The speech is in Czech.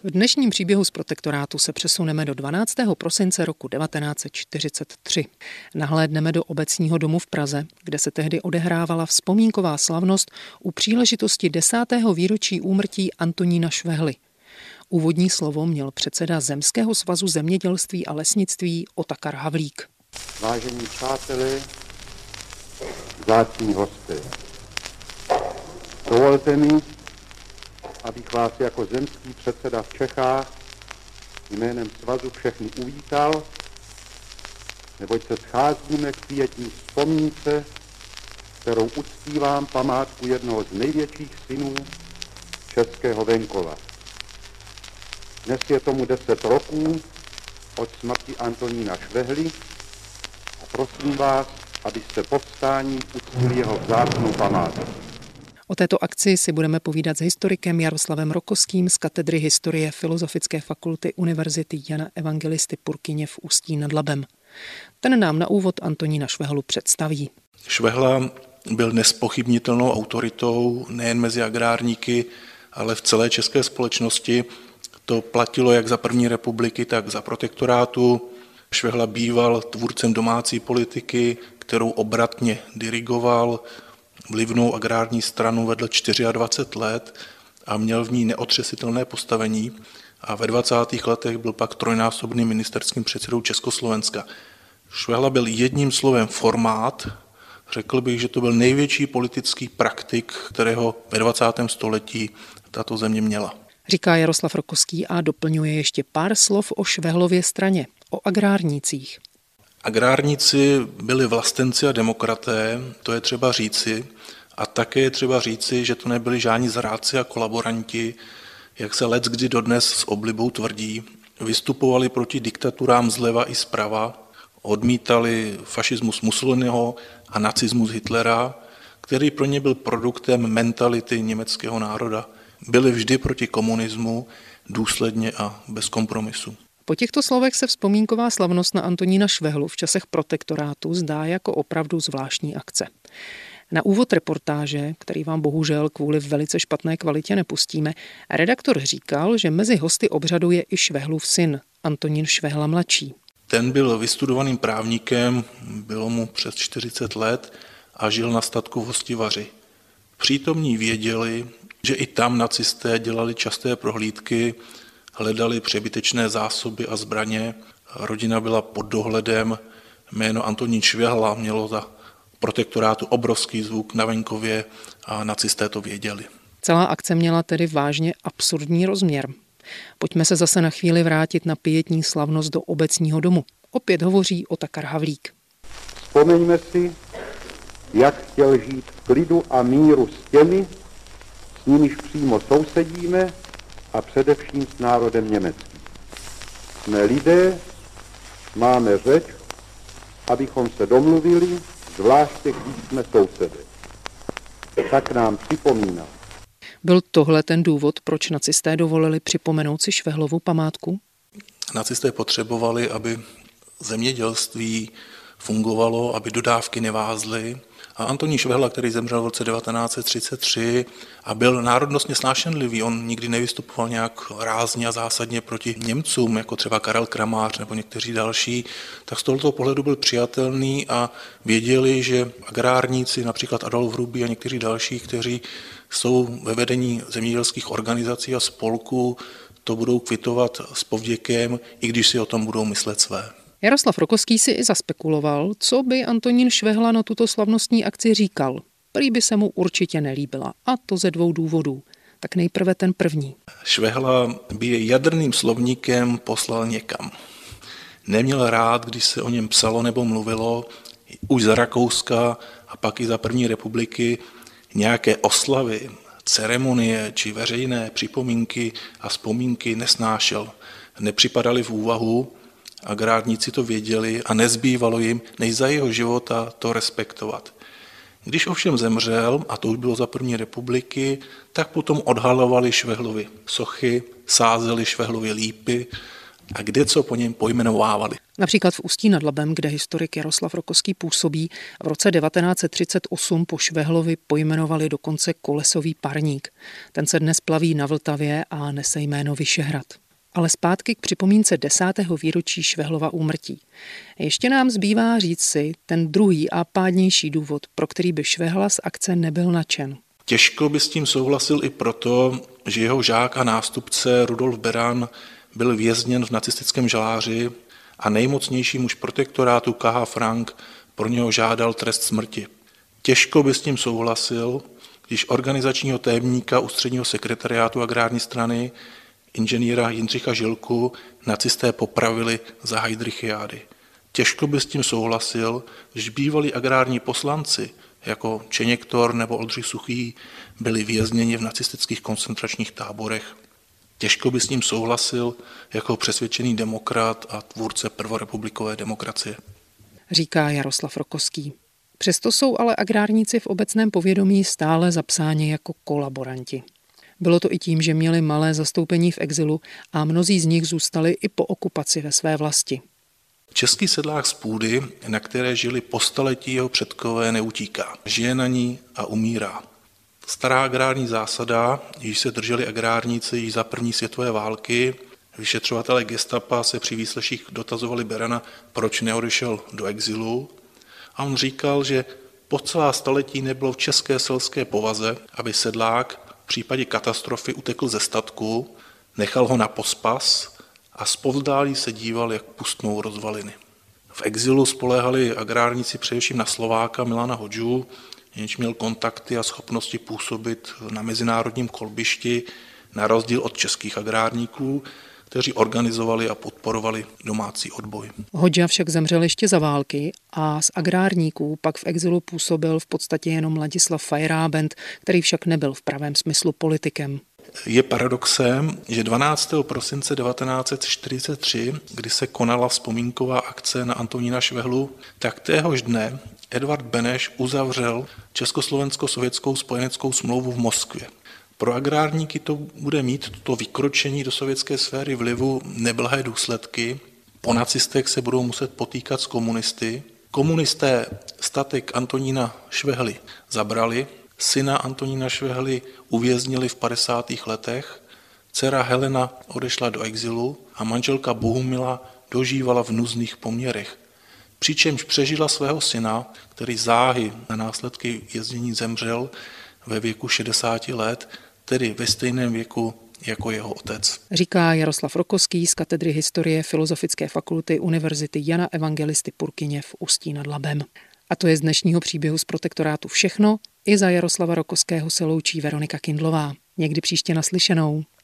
V dnešním příběhu z protektorátu se přesuneme do 12. prosince roku 1943. Nahlédneme do Obecního domu v Praze, kde se tehdy odehrávala vzpomínková slavnost u příležitosti 10. výročí úmrtí Antonína Švehly. Úvodní slovo měl předseda Zemského svazu zemědělství a lesnictví Otakar Havlík. Vážení přátelé, vzácní hosté, dovolte mi, abych vás jako zemský předseda v Čechách jménem svazu všechny uvítal, neboť se scházíme k pietní vzpomínce, kterou uctívám památku jednoho z největších synů českého venkova. Dnes je tomu 10 roků od smrti Antonína Švehly a prosím vás, abyste povstáním uctili jeho vzácnou památku. O této akci si budeme povídat s historikem Jaroslavem Rokoským z katedry historie Filozofické fakulty Univerzity Jana Evangelisty Purkyně v Ústí nad Labem. Ten nám na úvod Antonína Švehlu představí. Švehla byl nespochybnitelnou autoritou nejen mezi agrárníky, ale v celé české společnosti. To platilo jak za první republiky, tak za protektorátu. Švehla býval tvůrcem domácí politiky, kterou obratně dirigoval. Vlivnou agrární stranu vedl 24 let a měl v ní neotřesitelné postavení a ve 20. letech byl pak trojnásobným ministerským předsedou Československa. Švehla byl jedním slovem formát, řekl bych, že to byl největší politický praktik, kterého ve 20. století tato země měla. Říká Jaroslav Rokoský a doplňuje ještě pár slov o Švehlově straně, o agrárnících. Agrárníci byli vlastenci a demokraté, to je třeba říci, a také je třeba říci, že to nebyli žádní zrádci a kolaboranti, jak se leckdy dodnes s oblibou tvrdí, vystupovali proti diktaturám zleva i zprava, odmítali fašismus Mussoliniho a nacismus Hitlera, který pro ně byl produktem mentality německého národa. Byli vždy proti komunismu, důsledně a bez kompromisu. Po těchto slovech se vzpomínková slavnost na Antonína Švehlu v časech protektorátu zdá jako opravdu zvláštní akce. Na úvod reportáže, který vám bohužel kvůli velice špatné kvalitě nepustíme, redaktor říkal, že mezi hosty obřadu je i Švehlův syn, Antonín Švehla mladší. Ten byl vystudovaným právníkem, bylo mu přes 40 let a žil na statku v Hostivaři. Přítomní věděli, že i tam nacisté dělali časté prohlídky, hledali přebytečné zásoby a zbraně. Rodina byla pod dohledem. Jméno Antonín Švehla mělo za protektorátu obrovský zvuk na venkově a nacisté to věděli. Celá akce měla tedy vážně absurdní rozměr. Pojďme se zase na chvíli vrátit na pietní slavnost do Obecního domu. Opět hovoří Otakar Havlík. Vzpomeňme si, jak chtěl žít v klidu a míru s těmi, s nimiž přímo sousedíme, a především s národem německým. Jsme lidé, máme řeč, abychom se domluvili, zvláště když jsme sousedy. Tak nám připomíná. Byl tohle ten důvod, proč nacisté dovolili připomenout si Švehlovu památku? Nacisté potřebovali, aby zemědělství fungovalo, aby dodávky nevázly. A Antonín Švehla, který zemřel v roce 1933 a byl národnostně snášenlivý, on nikdy nevystupoval nějak rázně a zásadně proti Němcům, jako třeba Karel Kramář nebo někteří další, tak z tohoto pohledu byl přijatelný a věděli, že agrárníci, například Adolf Hrubý a někteří další, kteří jsou ve vedení zemědělských organizací a spolků, to budou kvitovat s povděkem, i když si o tom budou myslet své. Jaroslav Rokoský si i zaspekuloval, co by Antonín Švehla na tuto slavnostní akci říkal. Prý by se mu určitě nelíbila, a to ze 2 důvodů. Tak nejprve ten první. Švehla by je jadrným slovníkem poslal někam. Neměl rád, když se o něm psalo nebo mluvilo, už za Rakouska a pak i za první republiky, nějaké oslavy, ceremonie či veřejné připomínky a vzpomínky nesnášel. Nepřipadaly v úvahu, agrárníci to věděli a nezbývalo jim, než za jeho života to respektovat. Když ovšem zemřel, a to už bylo za první republiky, tak potom odhalovali Švehlovy sochy, sázeli Švehlovy lípy a kde co po něm pojmenovávali. Například v Ústí nad Labem, kde historik Jaroslav Rokoský působí, v roce 1938 po Švehlovi pojmenovali dokonce kolesový parník. Ten se dnes plaví na Vltavě a nese jméno Vyšehrad. Ale zpátky k připomínce 10. výročí Švehlova úmrtí. Ještě nám zbývá říct si ten druhý a pádnější důvod, pro který by Švehla z akce nebyl nadšen. Těžko by s tím souhlasil i proto, že jeho žák a nástupce Rudolf Beran byl vězněn v nacistickém žaláři a nejmocnější muž protektorátu K.H. Frank pro něho žádal trest smrti. Těžko by s tím souhlasil, když organizačního tajemníka ústředního sekretariátu agrární strany inženýra Jindřicha Žilku nacisté popravili za heydrichiády. Těžko by s tím souhlasil, když bývalí agrární poslanci jako Čeněktor nebo Oldřich Suchý byli vězněni v nacistických koncentračních táborech. Těžko by s ním souhlasil jako přesvědčený demokrat a tvůrce prvorepublikové demokracie. Říká Jaroslav Rokoský. Přesto jsou ale agrárníci v obecném povědomí stále zapsáni jako kolaboranti. Bylo to i tím, že měli malé zastoupení v exilu a mnozí z nich zůstali i po okupaci ve své vlasti. Český sedlák z půdy, na které žili po staletí jeho předkové, neutíká. Žije na ní a umírá. Stará agrární zásada, již se drželi agrárníci již za první světové války, vyšetřovatelé gestapa se při výsleších dotazovali Berana, proč neodešel do exilu. A on říkal, že po celá staletí nebylo v české selské povaze, aby sedlák v případě katastrofy utekl ze statku, nechal ho na pospas a zpovzdálí se díval, jak pustnou rozvaliny. V exilu spoléhali agrárníci především na Slováka Milana Hodžu, jenž měl kontakty a schopnosti působit na mezinárodním kolbišti, na rozdíl od českých agrárníků, kteří organizovali a podporovali domácí odboj. Hodža však zemřel ještě za války a z agrárníků pak v exilu působil v podstatě jenom Ladislav Feyerabend, který však nebyl v pravém smyslu politikem. Je paradoxem, že 12. prosince 1943, kdy se konala vzpomínková akce na Antonína Švehlu, tak téhož dne Edvard Beneš uzavřel československo-sovětskou spojeneckou smlouvu v Moskvě. Pro agrárníky to bude mít toto vykročení do sovětské sféry vlivu neblahé důsledky. Po nacistech se budou muset potýkat s komunisty. Komunisté statek Antonína Švehly zabrali, syna Antonína Švehly uvěznili v 50. letech, dcera Helena odešla do exilu a manželka Bohumila dožívala v nuzných poměrech. Přičemž přežila svého syna, který záhy na následky věznění zemřel ve věku 60 let, tedy ve stejném věku jako jeho otec. Říká Jaroslav Rokoský z katedry historie Filozofické fakulty Univerzity Jana Evangelisty Purkyně v Ústí nad Labem. A to je z dnešního příběhu z protektorátu všechno. I za Jaroslava Rokoského se loučí Veronika Kindlová. Někdy příště naslyšenou.